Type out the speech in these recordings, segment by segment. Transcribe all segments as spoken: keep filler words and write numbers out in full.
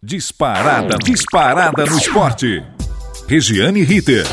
Disparada, disparada no esporte. Regiane Ritter.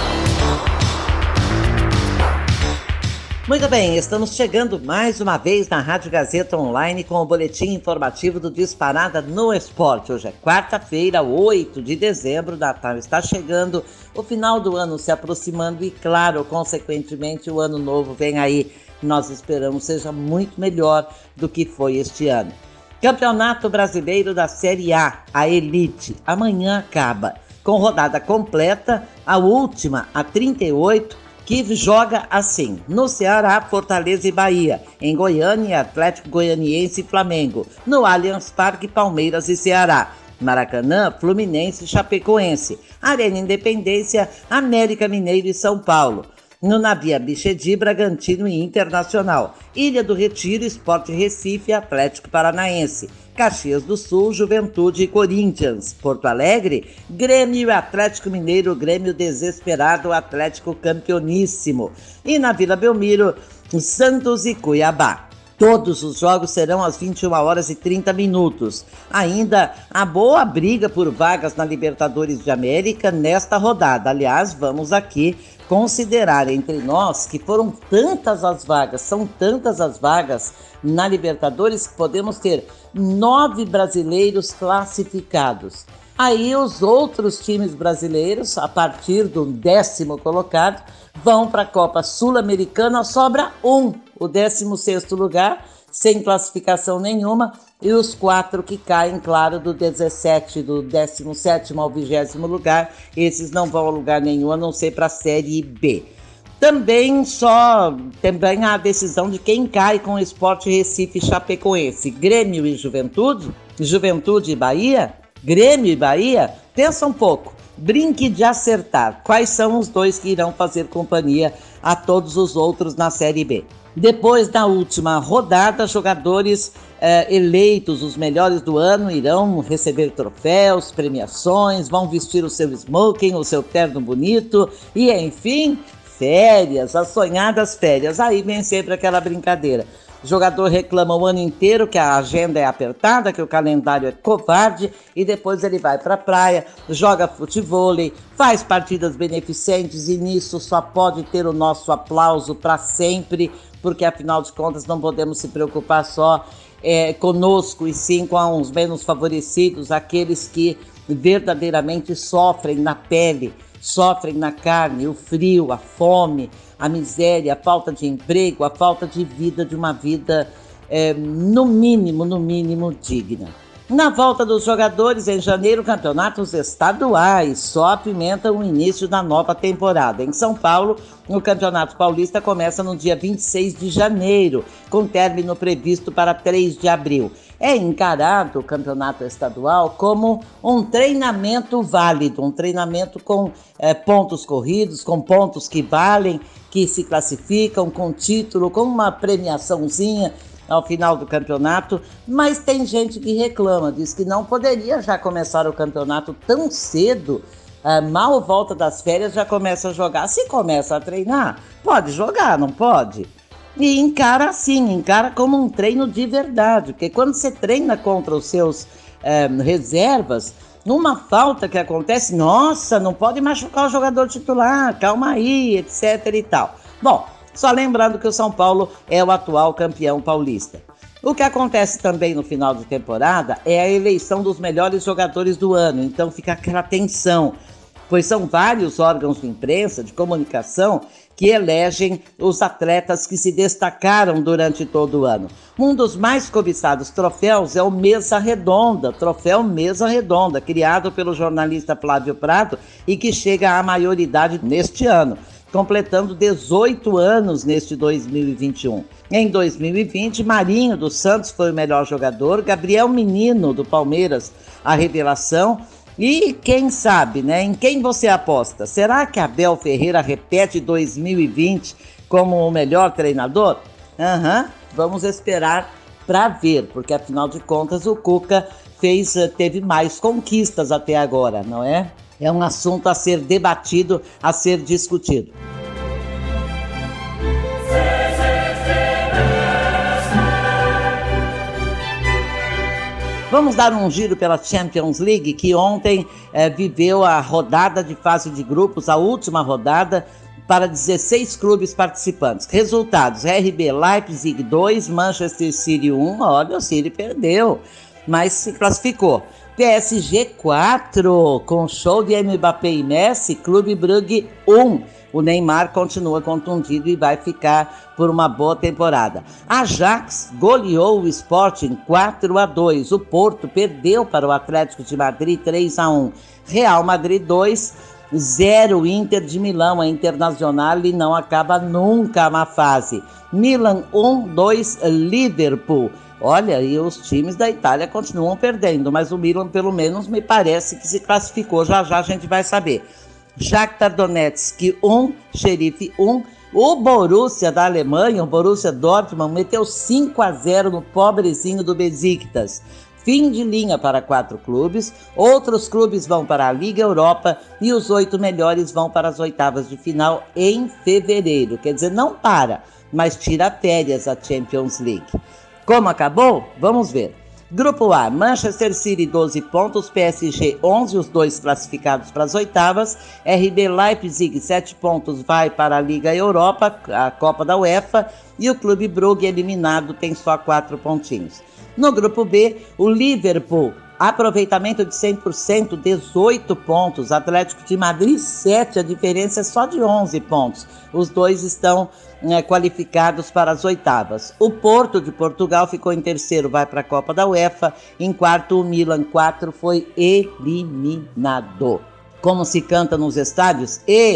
Muito bem, estamos chegando mais uma vez na Rádio Gazeta Online com o boletim informativo do Disparada no Esporte. Hoje é quarta-feira, oito de dezembro, o Natal está chegando, o final do ano se aproximando e, claro, consequentemente, o ano novo vem aí. Nós esperamos seja muito melhor do que foi este ano. Campeonato Brasileiro da Série A, a Elite, amanhã acaba, com rodada completa, a última, a trinta e oito, que joga assim: no Ceará, Fortaleza e Bahia; em Goiânia, Atlético Goianiense e Flamengo; no Allianz Parque, Palmeiras e Ceará; Maracanã, Fluminense e Chapecoense; Arena Independência, América Mineiro e São Paulo; no Navia Bichedi, Bragantino e Internacional; Ilha do Retiro, Sport Recife e Atlético Paranaense; Caxias do Sul, Juventude e Corinthians; Porto Alegre, Grêmio e Atlético Mineiro; Grêmio desesperado, Atlético campeoníssimo; e na Vila Belmiro, Santos e Cuiabá. Todos os jogos serão às vinte e uma horas e trinta minutos. Ainda a boa briga por vagas na Libertadores de América nesta rodada. Aliás, vamos aqui considerar entre nós que foram tantas as vagas, são tantas as vagas na Libertadores que podemos ter nove brasileiros classificados. Aí os outros times brasileiros, a partir do décimo colocado, vão para a Copa Sul-Americana, sobra um, o décimo sexto lugar, sem classificação nenhuma, e os quatro que caem, claro, do dezessete, do décimo sétimo ao vigésimo lugar, esses não vão a lugar nenhum, a não ser para a Série B. Também só também há a decisão de quem cai com o Sport Recife e Chapecoense. Grêmio e Juventude, Juventude e Bahia, Grêmio e Bahia, pensa um pouco, brinque de acertar quais são os dois que irão fazer companhia a todos os outros na Série B. Depois da última rodada, jogadores eh, eleitos os melhores do ano irão receber troféus, premiações, vão vestir o seu smoking, o seu terno bonito e, enfim, férias, as sonhadas férias. Aí vem sempre aquela brincadeira. O jogador reclama o ano inteiro que a agenda é apertada, que o calendário é covarde, e depois ele vai para a praia, joga futevôlei, faz partidas beneficentes e nisso só pode ter o nosso aplauso para sempre, porque afinal de contas não podemos se preocupar só é, conosco e sim com os menos favorecidos, aqueles que verdadeiramente sofrem na pele, sofrem na carne, o frio, a fome, a miséria, a falta de emprego, a falta de vida, de uma vida, é, no mínimo, no mínimo digna. Na volta dos jogadores, em janeiro, campeonatos estaduais só apimentam o início da nova temporada. Em São Paulo, o Campeonato Paulista começa no dia vinte e seis de janeiro, com término previsto para três de abril. É encarado o campeonato estadual como um treinamento válido, um treinamento com é, pontos corridos, com pontos que valem, que se classificam, com título, com uma premiaçãozinha ao final do campeonato, mas tem gente que reclama, diz que não poderia já começar o campeonato tão cedo, uh, mal volta das férias já começa a jogar. Se começa a treinar, pode jogar, não pode? E encara assim, encara como um treino de verdade, porque quando você treina contra os seus uh, reservas, numa falta que acontece, nossa, não pode machucar o jogador titular, calma aí, etc e tal. Bom, só lembrando que o São Paulo é o atual campeão paulista. O que acontece também no final de temporada é a eleição dos melhores jogadores do ano, então fica aquela tensão, pois são vários órgãos de imprensa, de comunicação, que elegem os atletas que se destacaram durante todo o ano. Um dos mais cobiçados troféus é o Mesa Redonda, troféu Mesa Redonda, criado pelo jornalista Flávio Prado e que chega à maioridade neste ano, completando dezoito anos neste dois mil e vinte e um. Em dois mil e vinte, Marinho do Santos foi o melhor jogador, Gabriel Menino do Palmeiras, a revelação. E quem sabe, né? Em quem você aposta? Será que Abel Ferreira repete dois mil e vinte como o melhor treinador? Aham, uhum, vamos esperar para ver, porque afinal de contas o Cuca fez, teve mais conquistas até agora, não é? É um assunto a ser debatido, a ser discutido. Vamos dar um giro pela Champions League, que ontem eh, viveu a rodada de fase de grupos, a última rodada, para dezesseis clubes participantes. Resultados: R B Leipzig dois, Manchester City um, olha, o City perdeu, mas se classificou. P S G quatro, com show de Mbappé e Messi, Clube Brugge um. O Neymar continua contundido e vai ficar por uma boa temporada. Ajax goleou o Sporting quatro a dois. O Porto perdeu para o Atlético de Madrid três a um. Real Madrid dois, zero Inter de Milão. A Internacional e não acaba nunca a má fase. Milan um, dois Liverpool. Olha, e os times da Itália continuam perdendo, mas o Milan pelo menos me parece que se classificou. Já já a gente vai saber. Shakhtar Donetsk um, Xerife um. O Borussia da Alemanha, o Borussia Dortmund, meteu cinco a zero no pobrezinho do Besiktas. Fim de linha para quatro clubes, outros clubes vão para a Liga Europa e os oito melhores vão para as oitavas de final em fevereiro. Quer dizer, não para, mas tira férias a Champions League. Como acabou? Vamos ver. Grupo A, Manchester City doze pontos, P S G onze, os dois classificados para as oitavas. R B Leipzig sete pontos, vai para a Liga Europa, a Copa da UEFA. E o Clube Brugge eliminado tem só quatro pontinhos. No grupo B, o Liverpool, aproveitamento de cem por cento, dezoito pontos. Atlético de Madrid sete, a diferença é só de onze pontos. Os dois estão é, qualificados para as oitavas. O Porto de Portugal ficou em terceiro, vai para a Copa da UEFA. Em quarto, o Milan quatro foi eliminado. Como se canta nos estádios?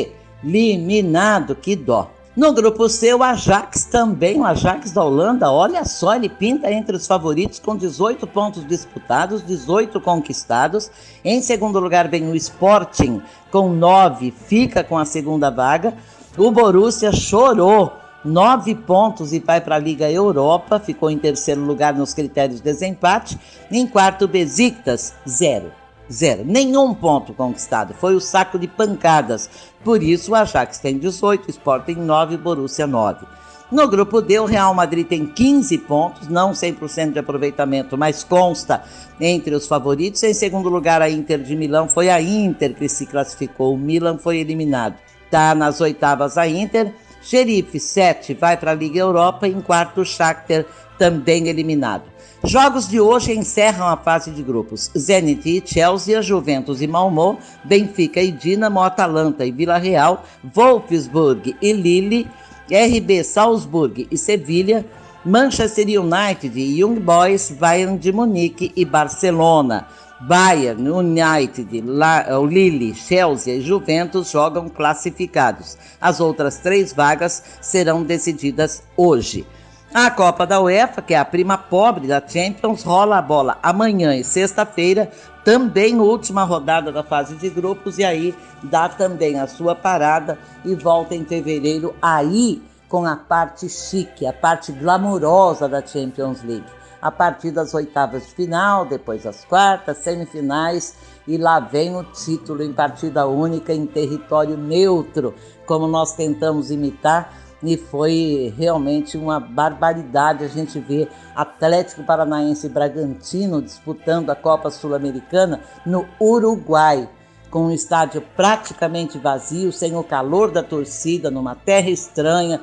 Eliminado, que dó. No grupo C, o Ajax também, o Ajax da Holanda, olha só, ele pinta entre os favoritos com dezoito pontos disputados, dezoito conquistados. Em segundo lugar vem o Sporting com nove, fica com a segunda vaga. O Borussia chorou, nove pontos e vai para a Liga Europa, ficou em terceiro lugar nos critérios de desempate. Em quarto, o Besiktas, zero. Zero, nenhum ponto conquistado, foi o saco de pancadas. Por isso o Ajax tem dezoito, Sporting nove, Borussia nove. No grupo D, o Real Madrid tem quinze pontos, não cem por cento de aproveitamento, mas consta entre os favoritos. Em segundo lugar, a Inter de Milão, foi a Inter que se classificou, o Milan foi eliminado. Está nas oitavas a Inter. Xerife sete, vai para a Liga Europa. Em quarto, o Shakhtar, também eliminado. Jogos de hoje encerram a fase de grupos. Zenit e Chelsea, Juventus e Malmö, Benfica e Dinamo, Atalanta e Vila Real, Wolfsburg e Lille, R B Salzburg e Sevilha, Manchester United e Young Boys, Bayern de Munique e Barcelona. Bayern, United, La, o Lille, Chelsea e Juventus jogam classificados. As outras três vagas serão decididas hoje. A Copa da UEFA, que é a prima pobre da Champions, rola a bola amanhã e sexta-feira, também última rodada da fase de grupos, e aí dá também a sua parada e volta em fevereiro aí com a parte chique, a parte glamourosa da Champions League. A partir das oitavas de final, depois as quartas, semifinais, e lá vem o título em partida única em território neutro, como nós tentamos imitar. E foi realmente uma barbaridade a gente ver Atlético Paranaense e Bragantino disputando a Copa Sul-Americana no Uruguai, com um estádio praticamente vazio, sem o calor da torcida, numa terra estranha.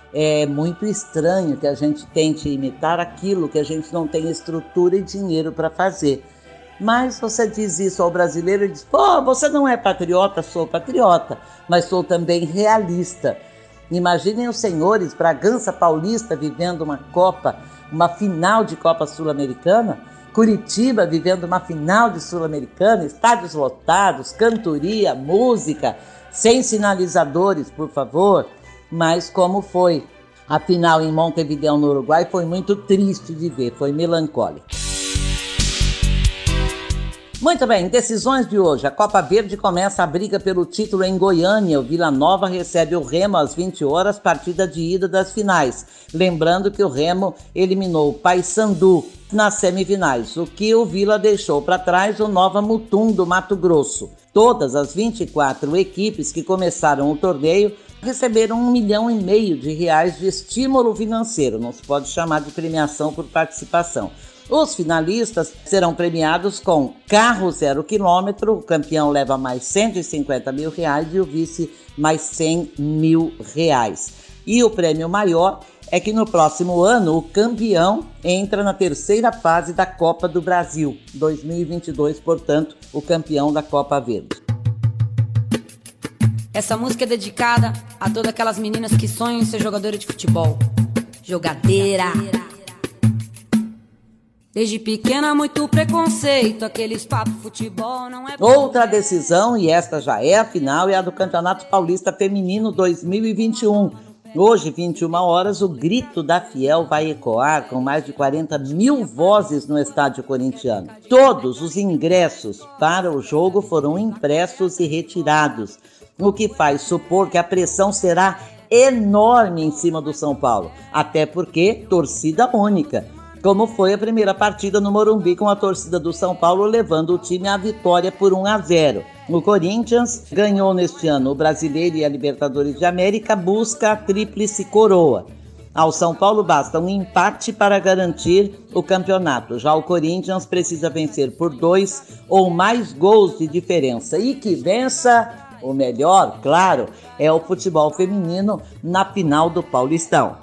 É muito estranho que a gente tente imitar aquilo que a gente não tem estrutura e dinheiro para fazer. Mas você diz isso ao brasileiro e diz: pô, você não é patriota? Sou patriota, mas sou também realista. Imaginem os senhores Bragança Paulista vivendo uma Copa, uma final de Copa Sul-Americana, Curitiba vivendo uma final de Sul-Americana, estádios lotados, cantoria, música, sem sinalizadores, por favor. Mas como foi a final em Montevideo, no Uruguai, foi muito triste de ver, foi melancólico. Muito bem, decisões de hoje. A Copa Verde começa a briga pelo título em Goiânia. O Vila Nova recebe o Remo às vinte horas, partida de ida das finais. Lembrando que o Remo eliminou o Paysandu nas semifinais, o que o Vila deixou para trás o Nova Mutum do Mato Grosso. Todas as vinte e quatro equipes que começaram o torneio receberam um milhão e meio de reais de estímulo financeiro. Não se pode chamar de premiação por participação. Os finalistas serão premiados com carro zero quilômetro, o campeão leva mais cento e cinquenta mil reais e o vice mais cem mil reais. E o prêmio maior é que no próximo ano o campeão entra na terceira fase da Copa do Brasil, dois mil e vinte e dois, portanto, o campeão da Copa Verde. Essa música é dedicada a todas aquelas meninas que sonham em ser jogadora de futebol. Jogadeira. Desde pequena muito preconceito, aqueles papos futebol não é... Outra decisão, e esta já é a final, é a do Campeonato Paulista Feminino dois mil e vinte e um. Hoje, vinte e uma horas, o grito da Fiel vai ecoar com mais de quarenta mil vozes no estádio corintiano. Todos os ingressos para o jogo foram impressos e retirados, o que faz supor que a pressão será enorme em cima do São Paulo, até porque torcida única, como foi a primeira partida no Morumbi com a torcida do São Paulo levando o time à vitória por um a zero. O Corinthians ganhou neste ano o Brasileiro e a Libertadores de América, busca a tríplice coroa. Ao São Paulo basta um empate para garantir o campeonato. Já o Corinthians precisa vencer por dois ou mais gols de diferença. E que vença, o melhor, claro, é o futebol feminino na final do Paulistão.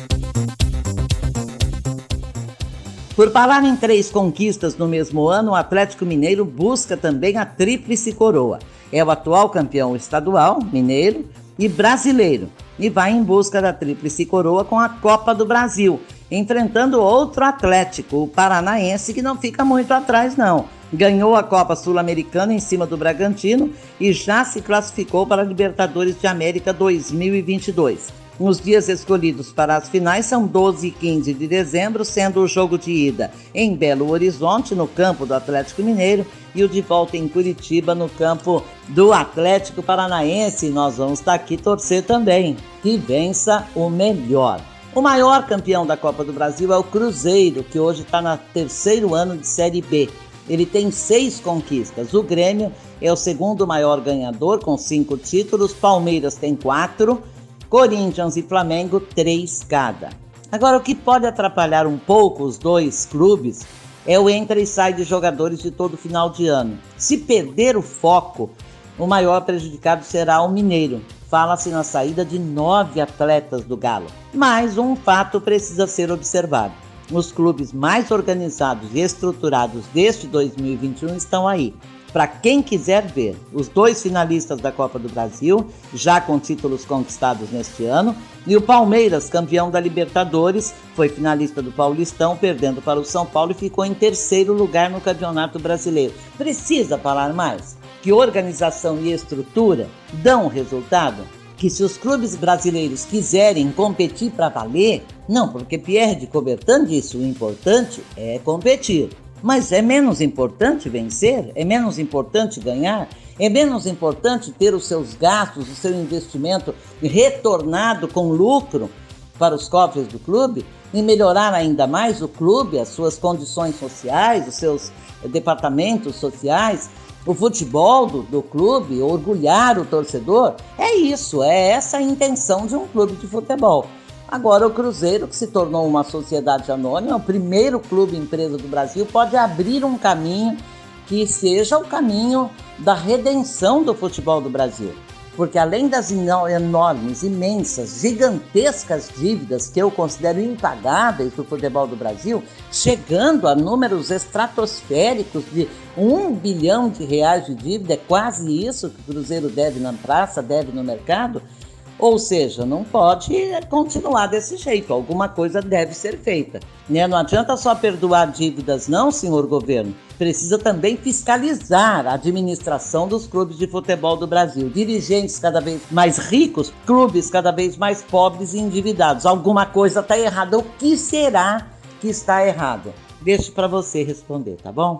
Por falar em três conquistas no mesmo ano, o Atlético Mineiro busca também a tríplice coroa. É o atual campeão estadual, mineiro, e brasileiro, e vai em busca da tríplice coroa com a Copa do Brasil, enfrentando outro Atlético, o Paranaense, que não fica muito atrás não. Ganhou a Copa Sul-Americana em cima do Bragantino e já se classificou para a Libertadores de América dois mil e vinte e dois. Os dias escolhidos para as finais são doze e quinze de dezembro, sendo o jogo de ida em Belo Horizonte, no campo do Atlético Mineiro, e o de volta em Curitiba, no campo do Atlético Paranaense. Nós vamos estar aqui torcer também, que vença o melhor. O maior campeão da Copa do Brasil é o Cruzeiro, que hoje está no terceiro ano de Série B. Ele tem seis conquistas. O Grêmio é o segundo maior ganhador, com cinco títulos. Palmeiras tem quatro. Corinthians e Flamengo, três cada. Agora, o que pode atrapalhar um pouco os dois clubes é o entra e sai de jogadores de todo final de ano. Se perder o foco, o maior prejudicado será o Mineiro. Fala-se na saída de nove atletas do Galo. Mas um fato precisa ser observado. Os clubes mais organizados e estruturados deste dois mil e vinte e um estão aí. Para quem quiser ver, os dois finalistas da Copa do Brasil, já com títulos conquistados neste ano, e o Palmeiras, campeão da Libertadores, foi finalista do Paulistão, perdendo para o São Paulo e ficou em terceiro lugar no Campeonato Brasileiro. Precisa falar mais? Que organização e estrutura dão resultado? Que se os clubes brasileiros quiserem competir para valer, não, porque Pierre de Coubertin disse, o importante é competir. Mas é menos importante vencer? É menos importante ganhar? É menos importante ter os seus gastos, o seu investimento retornado com lucro para os cofres do clube? E melhorar ainda mais o clube, as suas condições sociais, os seus departamentos sociais, o futebol do, do clube, orgulhar o torcedor? É isso, é essa a intenção de um clube de futebol. Agora o Cruzeiro, que se tornou uma sociedade anônima, o primeiro clube empresa do Brasil, pode abrir um caminho que seja o caminho da redenção do futebol do Brasil. Porque além das enormes, imensas, gigantescas dívidas que eu considero impagáveis do futebol do Brasil, chegando a números estratosféricos de um bilhão de reais de dívida, é quase isso que o Cruzeiro deve na praça, deve no mercado. Ou seja, não pode continuar desse jeito, alguma coisa deve ser feita. Né? Não adianta só perdoar dívidas não, senhor governo. Precisa também fiscalizar a administração dos clubes de futebol do Brasil. Dirigentes cada vez mais ricos, clubes cada vez mais pobres e endividados. Alguma coisa está errada. O que será que está errado? Deixo para você responder, tá bom?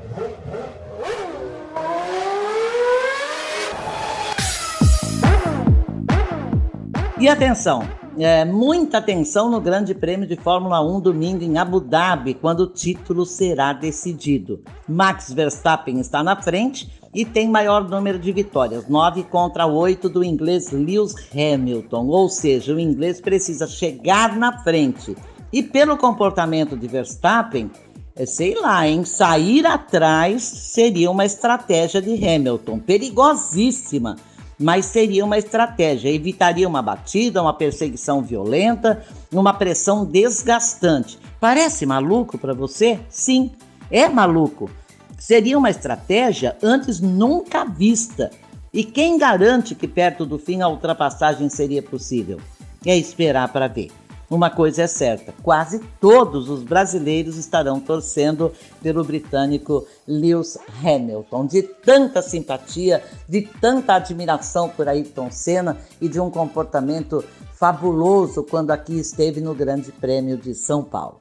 E atenção, é, muita atenção no Grande Prêmio de Fórmula um domingo em Abu Dhabi, quando o título será decidido. Max Verstappen está na frente e tem maior número de vitórias, nove contra oito do inglês Lewis Hamilton, ou seja, o inglês precisa chegar na frente. E pelo comportamento de Verstappen, sei lá, hein? Sair atrás seria uma estratégia de Hamilton, perigosíssima, mas seria uma estratégia. Evitaria uma batida, uma perseguição violenta, uma pressão desgastante. Parece maluco para você? Sim, é maluco. Seria uma estratégia antes nunca vista. E quem garante que perto do fim a ultrapassagem seria possível? É esperar para ver. Uma coisa é certa, quase todos os brasileiros estarão torcendo pelo britânico Lewis Hamilton, de tanta simpatia, de tanta admiração por Ayrton Senna e de um comportamento fabuloso quando aqui esteve no Grande Prêmio de São Paulo.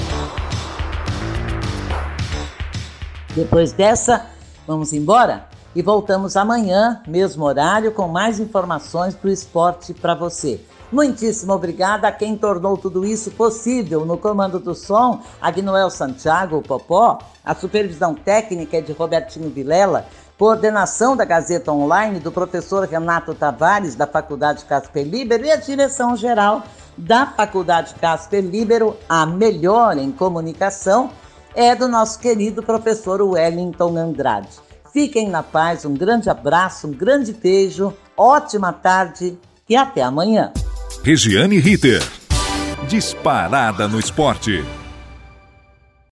Depois dessa, vamos embora? E voltamos amanhã, mesmo horário, com mais informações do esporte para você. Muitíssimo obrigada a quem tornou tudo isso possível. No comando do som, Agnoel Santiago, o Popó. A supervisão técnica é de Robertinho Vilela. Coordenação da Gazeta Online do professor Renato Tavares, da Faculdade Casper Libero. E a direção geral da Faculdade Casper Libero, a melhor em comunicação, é do nosso querido professor Wellington Andrade. Fiquem na paz, um grande abraço, um grande beijo, ótima tarde e até amanhã. Regiane Ritter. Disparada no esporte.